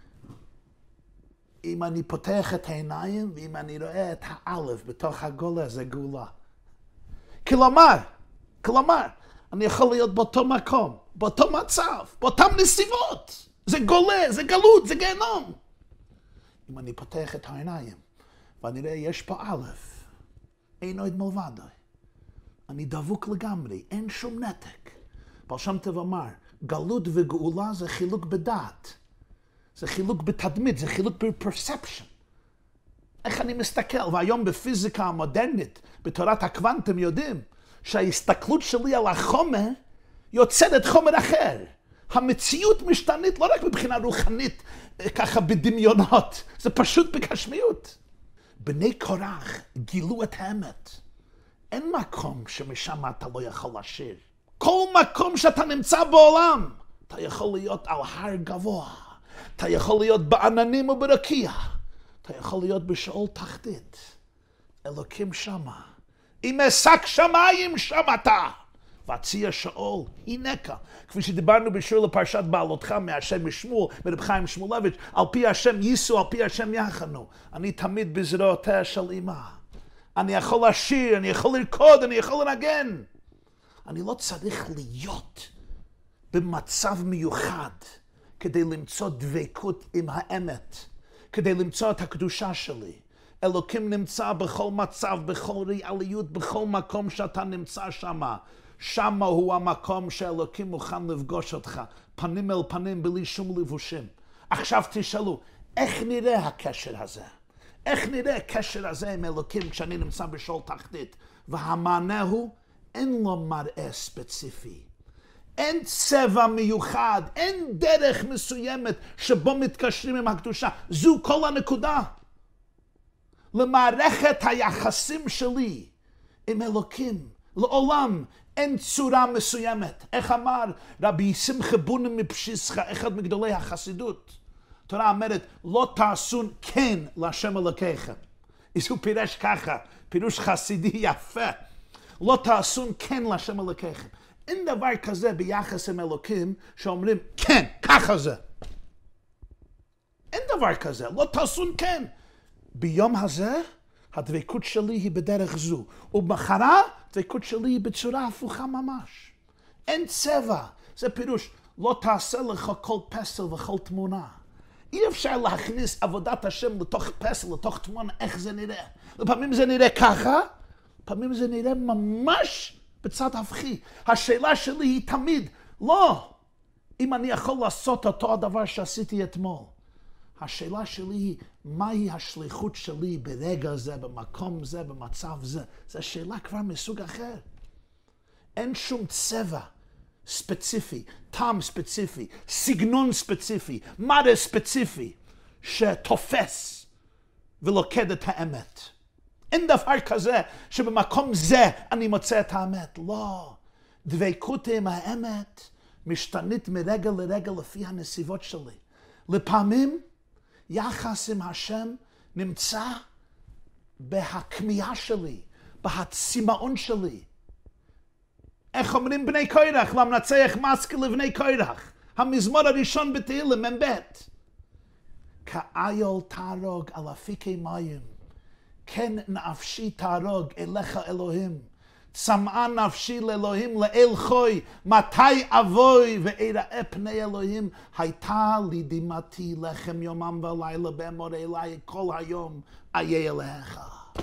Speaker 1: אם אני פותח את העיניים, ואם אני רואה את האלף בתוך הגולה, זה גאולה. כלומר, אני יכול להיות באותו מקום, באותו מצב, באותם נסיבות. זה גולה, זה גלות, זה גיהנום. אם אני פותח את העיניים, ואני רואה, יש פה אלף, אין עוד מלבדו. אני דבוק לגמרי, אין שום נתק. בעל שם טוב אמר, גלות וגאולה זה חילוק בדעת. זה חילוק בתדמית, זה חילוק בפרספשן. איך אני מסתכל? והיום בפיזיקה המודרנית, בתורת הקוונטים יודעים, שההסתכלות שלי על החומר יוצרת חומר אחר. המציאות משתנית לא רק מבחינה רוחנית, ככה בדמיונות, זה פשוט בגשמיות. בני קורח גילו את האמת. אין מקום שמשם אתה לא יכול לשיר. כל מקום שאתה נמצא בעולם, אתה יכול להיות על הר גבוה. אתה יכול להיות בעננים וברקיע. אתה יכול להיות בשאול תחתית. אלוקים שמה. אם אשק שמיים שמעת. והציע שאול, הנקה. כפי שדיברנו בשיעור לפרשת בעלותך מהשם משמואל, מרב חיים שמואלביץ', על פי השם ייסו, על פי השם יחנו. אני תמיד בזרועותיה של אמא. אני יכול לשיר, אני יכול לרקוד, אני יכול לנגן. אני לא צריך להיות במצב מיוחד כדי למצוא דבקות עם האמת, כדי למצוא את הקדושה שלי. אלוקים נמצא בכל מצב, בכל ריאליות, בכל מקום שאתה נמצא שמה. שמה הוא המקום שאלוקים מוכן לפגוש אותך, פנים אל פנים בלי שום לבושים. עכשיו תשאלו, איך נראה הקשר הזה? איך נראה הקשר הזה עם אלוקים כשאני נמצא בשאול תחתית? והמענה הוא, אין לו מראה ספציפי. אין צבע מיוחד, אין דרך מסוימת שבו מתקשרים עם הקדושה. זו כל הנקודה. למערכת היחסים שלי עם אלוקים, לעולם אין צורה מסוימת. איך אמר רבי שמחה בונה מפשיסחה, אחד מגדולי החסידות? התורה אומרת, לא תעשון כן להשם אלוקיכם. אז הוא פירש ככה, פירוש חסידי יפה. לא תעשון כן להשם אלוקיכם. אין דבר כזה ביחס עם אלוקים שאומרים, כן, ככה זה. אין דבר כזה, לא תעשון כן. ביום הזה, הדבקות שלי היא בדרך זו, ובמחרה, הדבקות שלי היא בצורה הפוכה ממש. אין צבע, זה פירוש, לא תעשה לך כל פסל וכל תמונה. אי אפשר להכניס עבודת השם לתוך פסל, לתוך תמונה, איך זה נראה. לפעמים זה נראה ככה, לפעמים זה נראה ממש בצד הפכי. השאלה שלי היא תמיד, לא, אם אני יכול לעשות אותו הדבר שעשיתי אתמול. השאלה שלי היא, מהי השליחות שלי ברגע זה, במקום זה, במצב זה? זו שאלה כבר מסוג אחר. אין שום צבע ספציפי, טעם ספציפי, סגנון ספציפי, מראה ספציפי, שתופס ולוקד את האמת. אין דבר כזה שבמקום זה אני מוצא את האמת. לא. דבקות עם האמת משתנית מרגע לרגע לפי הנסיבות שלי. לפעמים יחס עם השם נמצא בהכמיהה שלי, בהצמאון שלי. איך אומרים בני קורח? למנצח מסקל לבני קורח. המזמור הראשון בתהילים, מ"ב. כאיל תהרוג על אפיקי מים, כן נפשי תהרוג אליך אלוהים. צמאה נפשי לאלוהים לאל חוי, מתי אבוי ואראה פני אלוהים? הייתה לי דמעתי לחם יומם ולילה באמור אליי כל היום איה אליך.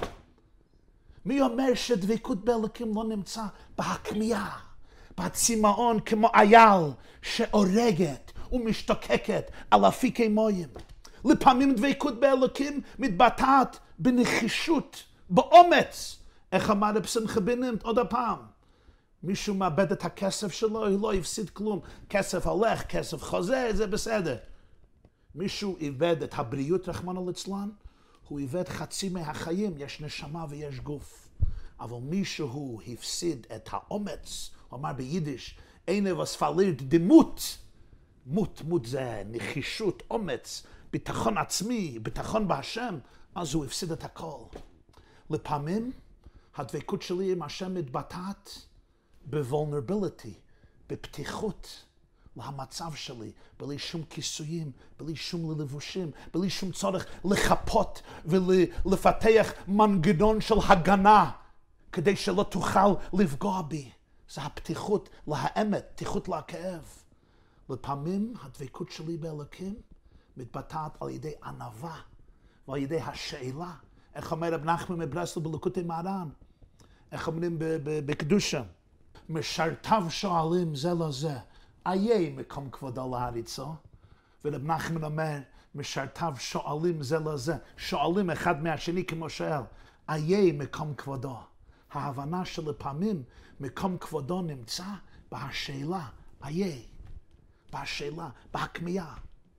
Speaker 1: מי אומר שדבקות באלוקים לא נמצא בהכמיהה, בצמאון כמו אייל שהורגת ומשתוקקת על אפיקי מים? לפעמים דבקות באלוקים מתבטאת בנחישות, באומץ. איך אמר רב שמחה בונים עוד הפעם? מישהו מאבד את הכסף שלו, הוא לא הפסיד כלום. כסף הולך, כסף חוזר, זה בסדר. מישהו איבד את הבריאות, רחמנא ליצלן, הוא איבד חצי מהחיים, יש נשמה ויש גוף. אבל מישהו הפסיד את האומץ, הוא אמר ביידיש, eine was verliert die Mut. מות זה נחישות, אומץ, ביטחון עצמי, ביטחון בהשם, אז הוא הפסיד את הכל. לפעמים, הדבקות שלי עם השם מתבטאת ב-vulnerability, בפתיחות להמצב שלי, בלי שום כיסויים, בלי שום לבושים, בלי שום צורך לחפות ולפתח מנגנון של הגנה, כדי שלא תוכל לפגוע בי. זה הפתיחות לאמת, פתיחות לכאב. לפעמים הדבקות שלי באלוקים מתבטאת על ידי ענווה ועל ידי השאלה. איך אומר רב נחמן מברסלב בליקוטי מוהר"ן? איך אומרים בקדושה? משרתיו שואלים זה לזה, איה מקום כבודו להריצו? ורב נחמן אומר, משרתיו שואלים זה לזה, שואלים אחד מהשני כמו שואל, איה מקום כבודו? ההבנה שלפעמים מקום כבודו נמצא בהשאלה, איה, בהשאלה, בהכמיהה.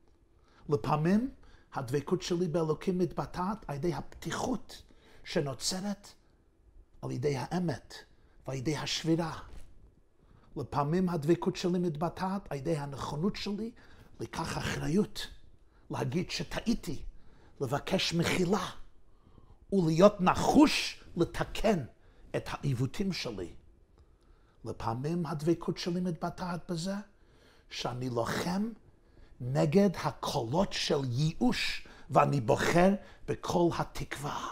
Speaker 1: לפעמים הדבקות שלי באלוקים מתבטאת על ידי הפתיחות שנוצרת על ידי האמת ועל ידי השבירה. לפעמים הדבקות שלי מתבטאת על ידי הנכונות שלי לקח אחריות, להגיד שטעיתי, לבקש מחילה ולהיות נחוש לתקן את העיוותים שלי. לפעמים הדבקות שלי מתבטאת בזה שאני לוחם נגד הקולות של ייאוש, ואני בוחר בכל התקווה.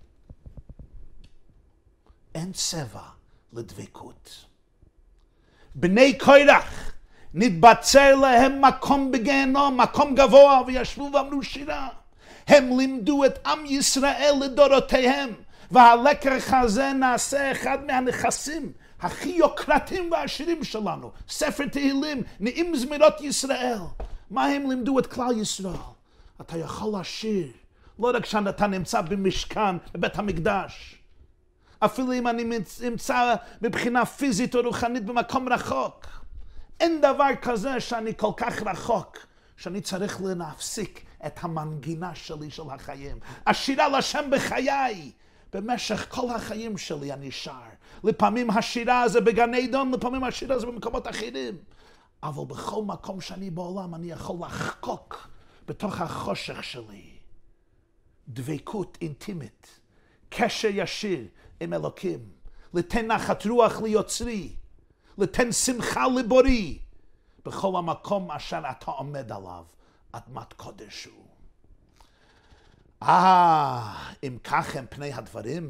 Speaker 1: אין צבע לדבקות. בני קורח נתבצר להם מקום בגיהנום, מקום גבוה, וישבו ואמרו שירה. הם לימדו את עם ישראל לדורותיהם, והלקח הזה נעשה אחד מהנכסים הכי יוקרתיים והעשירים שלנו. ספר תהילים, נעים זמירות ישראל. מה הם לימדו את כלל ישראל? אתה יכול לשיר, לא רק שאתה נמצא במשכן, בבית המקדש. אפילו אם אני נמצא מבחינה פיזית או רוחנית במקום רחוק. אין דבר כזה שאני כל כך רחוק, שאני צריך להפסיק את המנגינה שלי של החיים. השירה לשם בחיי. במשך כל החיים שלי אני שר. לפעמים השירה זה בגן עדן, לפעמים השירה זה במקומות אחרים. אבל בכל מקום שאני בעולם אני יכול לחקוק בתוך החושך שלי. דבקות אינטימית, קשר ישיר עם אלוקים, לתן נחת רוח ליוצרי, לתן שמחה לבורי, בכל המקום אשר אתה עומד עליו, אדמת קודש הוא. אם כך הם פני הדברים,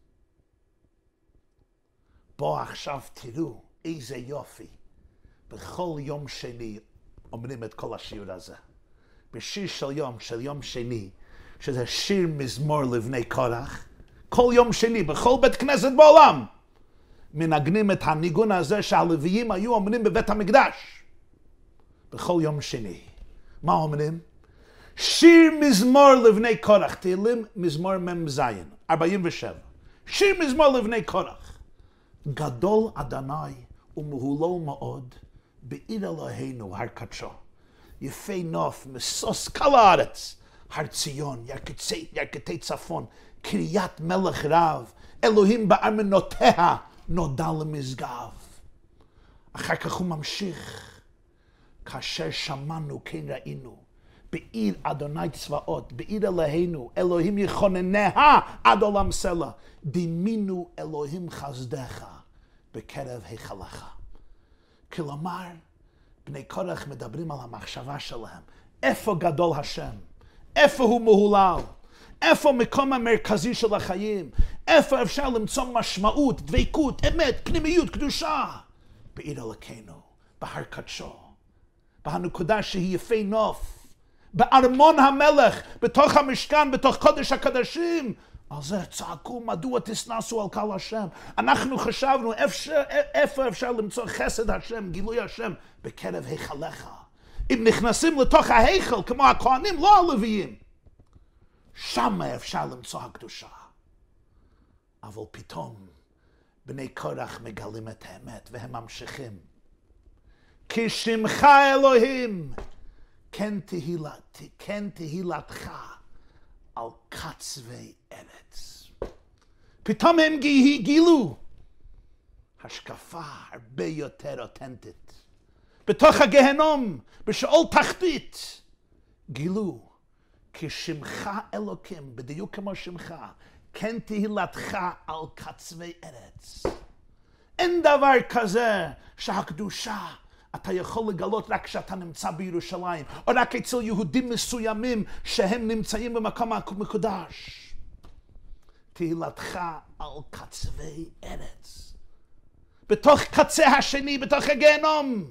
Speaker 1: בוא עכשיו תראו איזה יופי. בכל יום שני אומרים את כל השיר הזה. בשיר של יום שני, שזה שיר מזמור לבני קורח, כל יום שני, בכל בית כנסת בעולם, מנגנים את הניגון הזה שהלוויים היו אומרים בבית המקדש. בכל יום שני. מה אומרים? שיר מזמור לבני קורח, תהילים מזמור מ"ז, 47. שיר מזמור לבני קורח. גדול אדוני ומהולל מאוד, בעיר אלוהינו הר קדשו. יפה נוף, משוש כל הארץ, הר ציון, ירכתי צפון, קריית מלך רב, אלוהים בארמנותיה נודע למשגב. אחר כך הוא ממשיך, כאשר שמענו כן ראינו, בעיר אדוני צבאות, בעיר אלוהינו, אלוהים יכונניה עד עולם סלע, דימינו אלוהים חסדך בקרב היכלך. כלומר, בני קורח מדברים על המחשבה שלהם. איפה גדול השם? איפה הוא מהולל? איפה המקום המרכזי של החיים? איפה אפשר למצוא משמעות, דבקות, אמת, פנימיות, קדושה? בעיר אלוקינו, בהר קדשו, בהנקודה שהיא יפה נוף, בארמון המלך, בתוך המשכן, בתוך קודש הקדשים. על זה צעקו, מדוע תסנסו על קהל השם? אנחנו חשבנו איפה אפשר למצוא חסד השם, גילוי השם, בקרב היכלך. אם נכנסים לתוך ההיכל, כמו הכהנים, לא הלוויים, שם אפשר למצוא הקדושה. אבל פתאום בני קורח מגלים את האמת והם ממשיכים. כי שמך אלוהים, כן תהילתך על קצווי ארץ. פתאום הם גילו השקפה הרבה יותר אותנטית. בתוך הגהנום, בשאול תחתית, גילו כי שמך אלוקים, בדיוק כמו שמך, כן תהילתך על קצווי ארץ. אין דבר כזה שהקדושה אתה יכול לגלות רק כשאתה נמצא בירושלים, או רק אצל יהודים מסוימים שהם נמצאים במקום המקודש. תהילתך על קצווי ארץ. בתוך קצה השני, בתוך הגיהנום,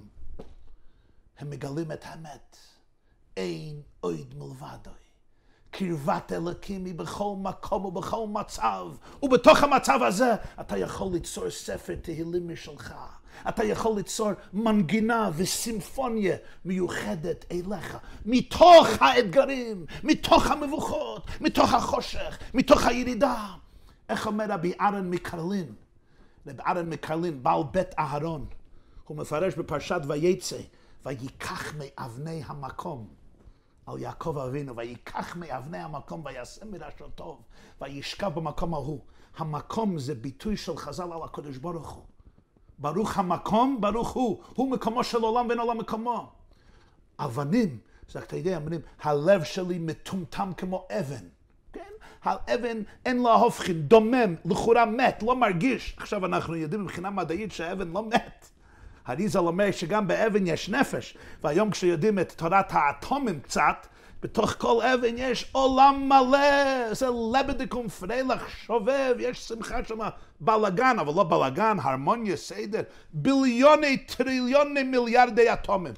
Speaker 1: הם מגלים את האמת. אין עוד מלבדוי. קרבת אלוקים היא בכל מקום ובכל מצב, ובתוך המצב הזה אתה יכול ליצור ספר תהילים משלך. אתה יכול ליצור מנגינה וסימפוניה מיוחדת אליך, מתוך האתגרים, מתוך המבוכות, מתוך החושך, מתוך הירידה. איך אומר רבי אהרון מקרלין? רבי אהרון מקרלין, בעל בית אהרון, הוא מפרש בפרשת ויצא, ויקח מאבני המקום, על יעקב אבינו, ויקח מאבני המקום ויעשה מרשו טוב, וישכב במקום ההוא. המקום זה ביטוי של חז"ל על הקדוש ברוך הוא. ברוך המקום, ברוך הוא מקומו של עולם ואין עולם מקומו. אבנים, זה אתה יודע, אומרים, הלב שלי מטומטם כמו אבן. כן? האבן אין לה הופכין, דומם, לכאורה מת, לא מרגיש. עכשיו אנחנו יודעים מבחינה מדעית שהאבן לא מת. הריזל אומר שגם באבן יש נפש, והיום כשיודעים את תורת האטומים קצת, בתוך כל אבן יש עולם מלא, זה לבדיקום פרילך שובב, יש שמחה שם, בלגן, אבל לא בלגן, הרמוניה, סדר, ביליוני, טריליוני, מיליארדי אטומים.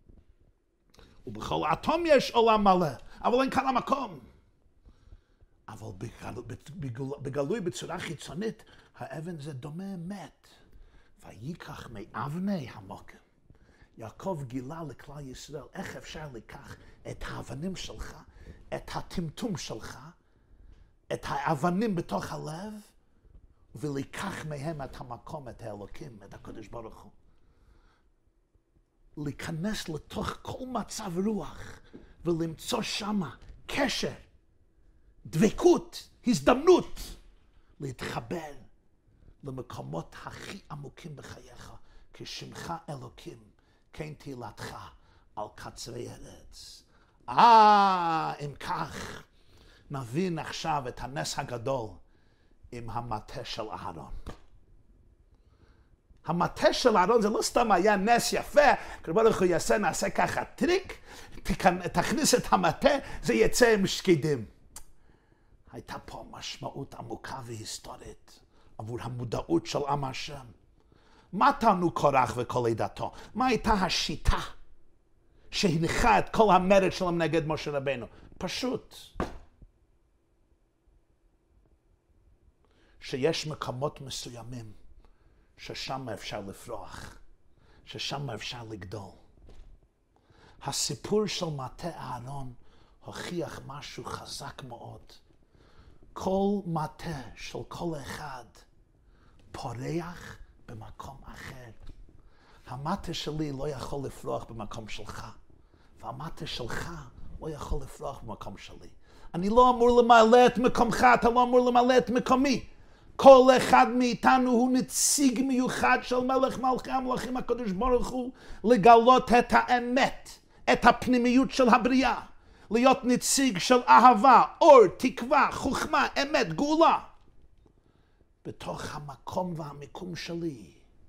Speaker 1: ובכל אטום יש עולם מלא, אבל אין כאן המקום. אבל בגלוי בצורה חיצונית, האבן זה דומה מת. ויקח מאבני המוקם. יעקב גילה לכלל ישראל איך אפשר לקח את האבנים שלך, את הטמטום שלך, את האבנים בתוך הלב, ולקח מהם את המקום, את האלוקים, את הקדוש ברוך הוא. להיכנס לתוך כל מצב רוח, ולמצוא שמה קשר, דבקות, הזדמנות, להתחבר למקומות הכי עמוקים בחייך, כשמך אלוקים, כן תהילתך על קצווי ארץ. אם כך, נבין עכשיו את הנס הגדול עם המטה של אהרון. המטה של אהרון זה לא סתם היה נס יפה, ברוך הוא יעשה, נעשה ככה טריק, תכניס את המטה, זה יצא עם שקדים. הייתה פה משמעות עמוקה והיסטורית עבור המודעות של עם השם. מה טענו קורח וכל עדתו? מה הייתה השיטה שהנחה את כל המרד שלהם נגד משה רבנו? פשוט. שיש מקומות מסוימים ששם אפשר לפרוח, ששם אפשר לגדול. הסיפור של מטה אהרון הוכיח משהו חזק מאוד. כל מטה של כל אחד פורח במקום אחר. המטה שלי לא יכול לפרוח במקום שלך, והמטה שלך לא יכול לפרוח במקום שלי. אני לא אמור למלא את מקומך, אתה לא אמור למלא את מקומי. כל אחד מאיתנו הוא נציג מיוחד של מלך מלכי המלכים הקדוש ברוך הוא, לגלות את האמת, את הפנימיות של הבריאה, להיות נציג של אהבה, אור, תקווה, חוכמה, אמת, גאולה, בתוך המקום והמיקום שלי.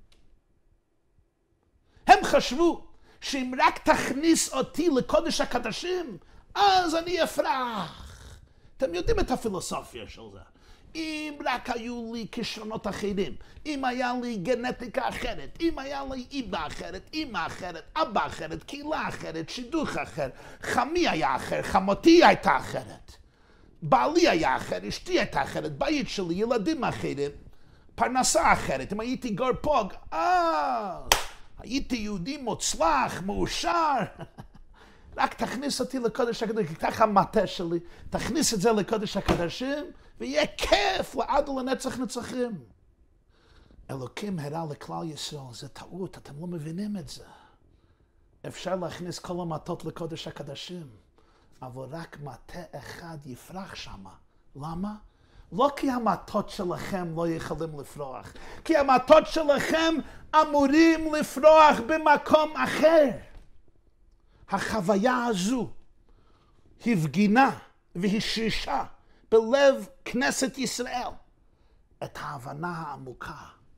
Speaker 1: הם חשבו שאם רק תכניס אותי לקודש הקדשים, אז אני אפרח. אתם יודעים את הפילוסופיה של זה. אם רק היו לי כישרונות אחרים, אם היה לי גנטיקה אחרת, אם היה לי איבא אחרת, אמא אחרת, אבא אחרת, קהילה אחרת, שידוך אחר, חמי היה אחר, חמותי הייתה אחרת, בעלי היה אחר, אשתי הייתה אחרת, בית שלי, ילדים אחרים, פרנסה אחרת, אם הייתי גר פה, הייתי יהודי מוצלח, מאושר. רק תכניס אותי לקודש הקדשים, תיקח המטה שלי, תכניס את זה לקודש הקדשים, ויהיה כיף לעד ולנצח נצחים. אלוקים הראה לכלל ישראל, זה טעות, אתם לא מבינים את זה. אפשר להכניס כל המטות לקודש הקדשים, אבל רק מטה אחד יפרח שמה. למה? לא כי המטות שלכם לא יכולים לפרוח, כי המטות שלכם אמורים לפרוח במקום אחר. החוויה הזו הפגינה והשרישה בלב כנסת ישראל את ההבנה העמוקה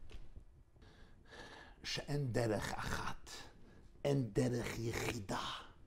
Speaker 1: שאין דרך אחת, אין דרך יחידה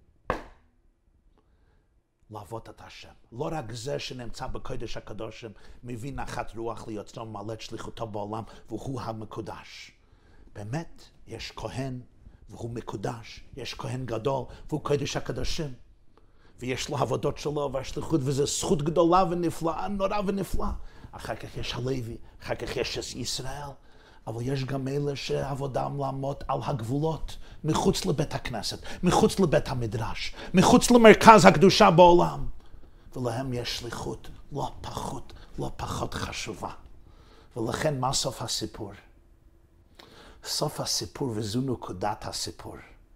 Speaker 1: לעבוד את השם. לא רק זה שנמצא בקודש הקדושים מביא נחת רוח ליוצרו מלא את שליחותו בעולם והוא המקודש. באמת יש כהן והוא מקודש, יש כהן גדול והוא קודש הקדושים, ויש לו עבודות שלו והשליחות, וזו זכות גדולה ונפלאה, נורא ונפלאה. אחר כך יש הלוי, אחר כך יש ישראל, אבל יש גם אלה שעבודם לעמוד על הגבולות, מחוץ לבית הכנסת, מחוץ לבית המדרש, מחוץ למרכז הקדושה בעולם, ולהם יש שליחות לא פחות חשובה. ולכן מה סוף הסיפור? סוף הסיפור, וזו נקודת הסיפור.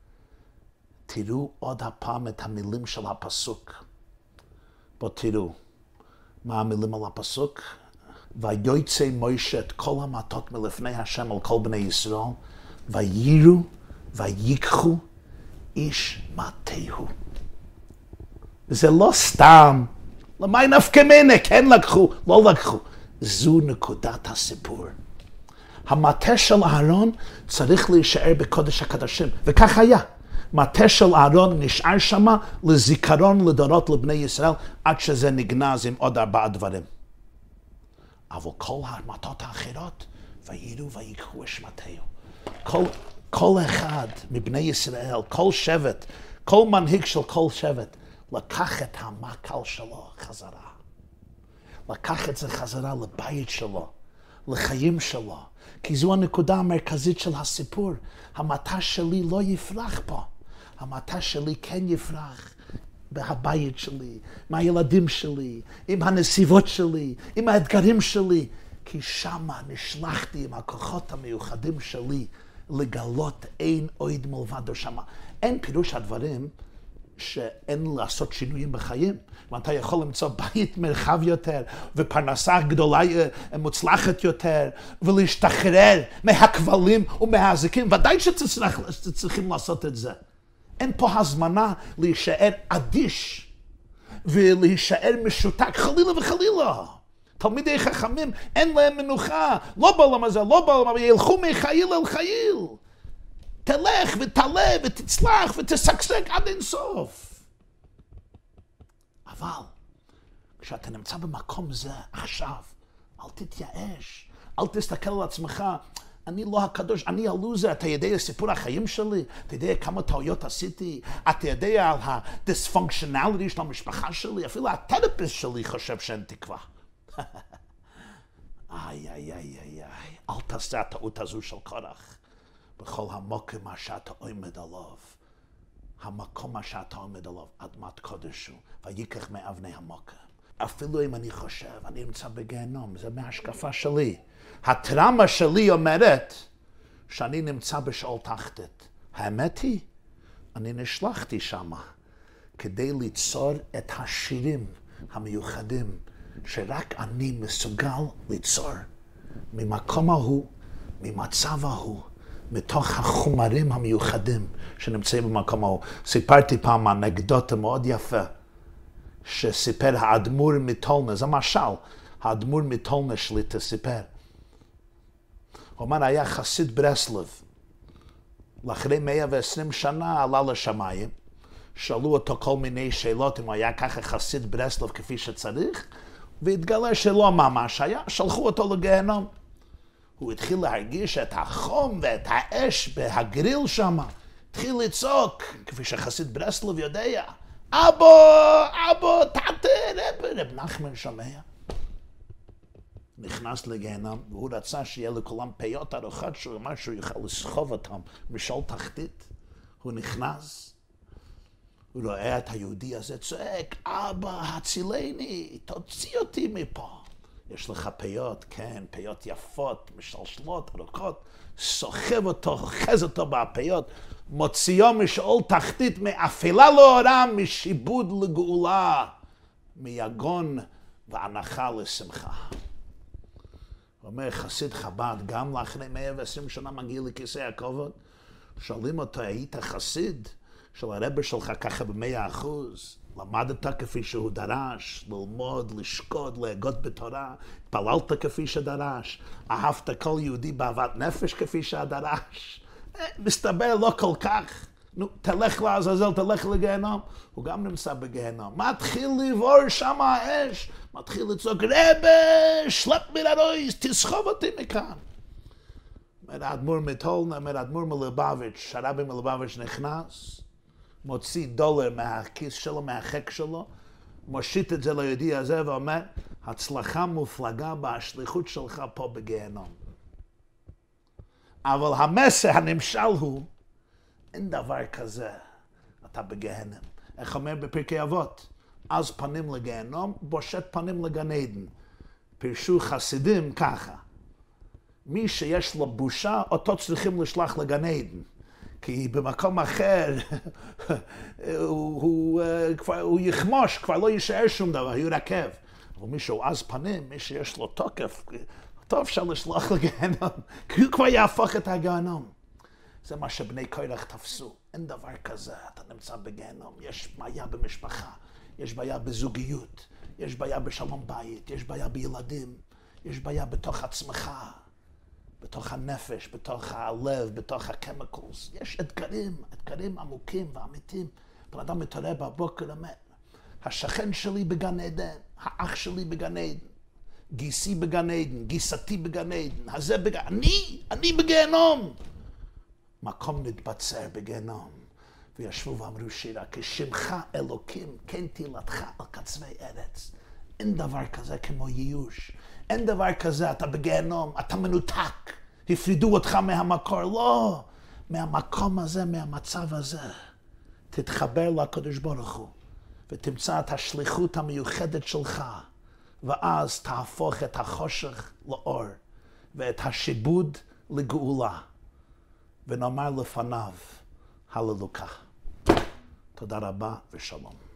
Speaker 1: תראו עוד הפעם את המילים של הפסוק. בואו תראו מה המילים על הפסוק. ויוצא מוישה את כל המטות מלפני השם על כל בני ישראל, ויירו ויקחו איש מטהו. זה לא סתם. למי נפקא מינה? כן לקחו, לא לקחו. זו נקודת הסיפור. המטה של אהרון צריך להישאר בקודש הקדשים, וכך היה. מטה של אהרון נשאר שמה לזיכרון לדורות לבני ישראל, עד שזה נגנז עם עוד 4 דברים. אבל כל המטות האחרות, ויירו ויקחו איש מטהו. כל אחד מבני ישראל, כל שבט, כל מנהיג של כל שבט, לקח את המקל שלו חזרה. לקח את זה חזרה לבית שלו, לחיים שלו. כי זו הנקודה המרכזית של הסיפור. המטה שלי לא יפרח פה. המטה שלי כן יפרח בהבית שלי, עם הילדים שלי, עם הנסיבות שלי, עם האתגרים שלי. כי שמה נשלחתי עם הכוחות המיוחדים שלי לגלות אין עוד מלבדו שמה. אין פירוש הדברים שאין לעשות שינויים בחיים. ואתה יכול למצוא בית מרחב יותר, ופרנסה גדולה מוצלחת יותר, ולהשתחרר מהכבלים ומהזיקים. ודאי שצריכים לעשות את זה. אין פה הזמנה להישאר אדיש, ולהישאר משותק, חלילה וחלילה. תלמידי חכמים אין להם מנוחה, לא בעולם הזה, לא בעולם הזה, ילכו מחיל אל חיל. תלך ותעלה ותצלח ותשגשג עד אין סוף. אבל כשאתה נמצא במקום זה עכשיו, אל תתייאש, אל תסתכל על עצמך, אני לא הקדוש, אני הלוזר, אתה יודע סיפור החיים שלי, אתה יודע כמה טעויות עשיתי, אתה יודע על הדיספונקשנליטי של המשפחה שלי, אפילו התרפיסט שלי חושב שאין תקווה. אל תעשה הטעות הזו של קורח. בכל המקום מה שאתה עומד עליו, המקום מה שאתה עומד עליו, אדמת קודש הוא, ויקח מאבני המקום. אפילו אם אני חושב, אני נמצא בגיהנום, זה מההשקפה שלי. הטראומה שלי אומרת שאני נמצא בשאול תחתית. האמת היא, אני נשלחתי שמה כדי ליצור את השירים המיוחדים שרק אני מסוגל ליצור ממקום ההוא, ממצב ההוא, מתוך החומרים המיוחדים שנמצאים במקום ההוא. סיפרתי פעם אנקדוטה מאוד יפה שסיפר האדמו"ר מטולנה, זה משל, האדמו"ר מטולנה שלי תסיפר. הוא אומר, היה חסיד ברסלב, לאחרי 120 שנה עלה לשמיים, שאלו אותו כל מיני שאלות אם הוא היה ככה חסיד ברסלב כפי שצריך, והתגלה שלא ממש היה, שלחו אותו לגיהנום. הוא התחיל להרגיש את החום ואת האש בהגריל שם, התחיל לצעוק, כפי שחסיד ברסלב יודע, אבו, תתה, רב נחמן שומע. נכנס לגיהנום, והוא רצה שיהיה לכולם פיות ארוחת, שהוא אמר שהוא יוכל לסחוב אותם משאול תחתית. הוא נכנס, הוא רואה את היהודי הזה צועק, אבא, הצילני, תוציא אותי מפה. יש לך פיות, כן, פיות יפות, משלשלות, ארוכות, סוחב אותו, אוחז אותו בפיות, מוציאו משאול תחתית, מאפלה לאורה, משיבוד לגאולה, מיגון והנחה לשמחה. הוא אומר, חסיד חב"ד, גם לאחרי 120 שנה מגיע לכיסא הכבוד, שואלים אותו, היית חסיד של הרבי שלך ככה ב100%? למדת כפי שהוא דרש, ללמוד, לשקוד, להגות בתורה, התפללת כפי שדרש, אהבת כל יהודי באהבת נפש כפי שדרש. מסתבר לא כל כך. נו, תלך לעזאזל, תלך לגיהנום. הוא גם נמצא בגיהנום. מתחיל לבור שם האש, מתחיל לצעוק, רבי, שלפ מלרויס, תסחוב אותי מכאן. אומר האדמו"ר מטולנה, אומר האדמו"ר מלובביץ', הרבי מלובביץ' נכנס, מוציא דולר מהכיס שלו, מהחק שלו, מושיט את זה ליהודי הזה ואומר, הצלחה מופלגה בשליחות שלך פה בגיהנום. אבל המסר הנמשל הוא, אין דבר כזה, אתה בגיהנום. איך אומר בפרקי אבות? אז פנים לגיהנום, בושת פנים לגן עדן. פירשו חסידים ככה, מי שיש לו בושה, אותו צריכים לשלוח לגן עדן. כי במקום אחר הוא יחמוש, כבר לא יישאר שום דבר, ירקב. אבל מישהו אז פנים, מי שיש לו תוקף, טוב אפשר לשלוח לגיהנום, כי הוא כבר יהפוך את הגיהנום. זה מה שבני קורח תפסו. אין דבר כזה, אתה נמצא בגיהנום. יש בעיה במשפחה, יש בעיה בזוגיות, יש בעיה בשלום בית, יש בעיה בילדים, יש בעיה בתוך עצמך. בתוך הנפש, בתוך הלב, בתוך הקמיקלס. יש אתגרים עמוקים ואמיתיים. בן אדם מתעורר בבוקר אומר, השכן שלי בגן עדן, האח שלי בגן עדן, גיסי בגן עדן, גיסתי בגן עדן, הזה בגן... אני בגיהנום! מקום נתבצר בגיהנום. וישבו ואמרו שירה, כשמך אלוקים, כן תהילתך על קצווי ארץ. אין דבר כזה כמו ייאוש. אין דבר כזה, אתה בגיהנום, אתה מנותק. הפרידו אותך מהמקור. לא, מהמקום הזה, מהמצב הזה. תתחבר לקדוש ברוך הוא, ותמצא את השליחות המיוחדת שלך, ואז תהפוך את החושך לאור, ואת השיבוד לגאולה, ונאמר לפניו, הללויה. תודה רבה ושלום.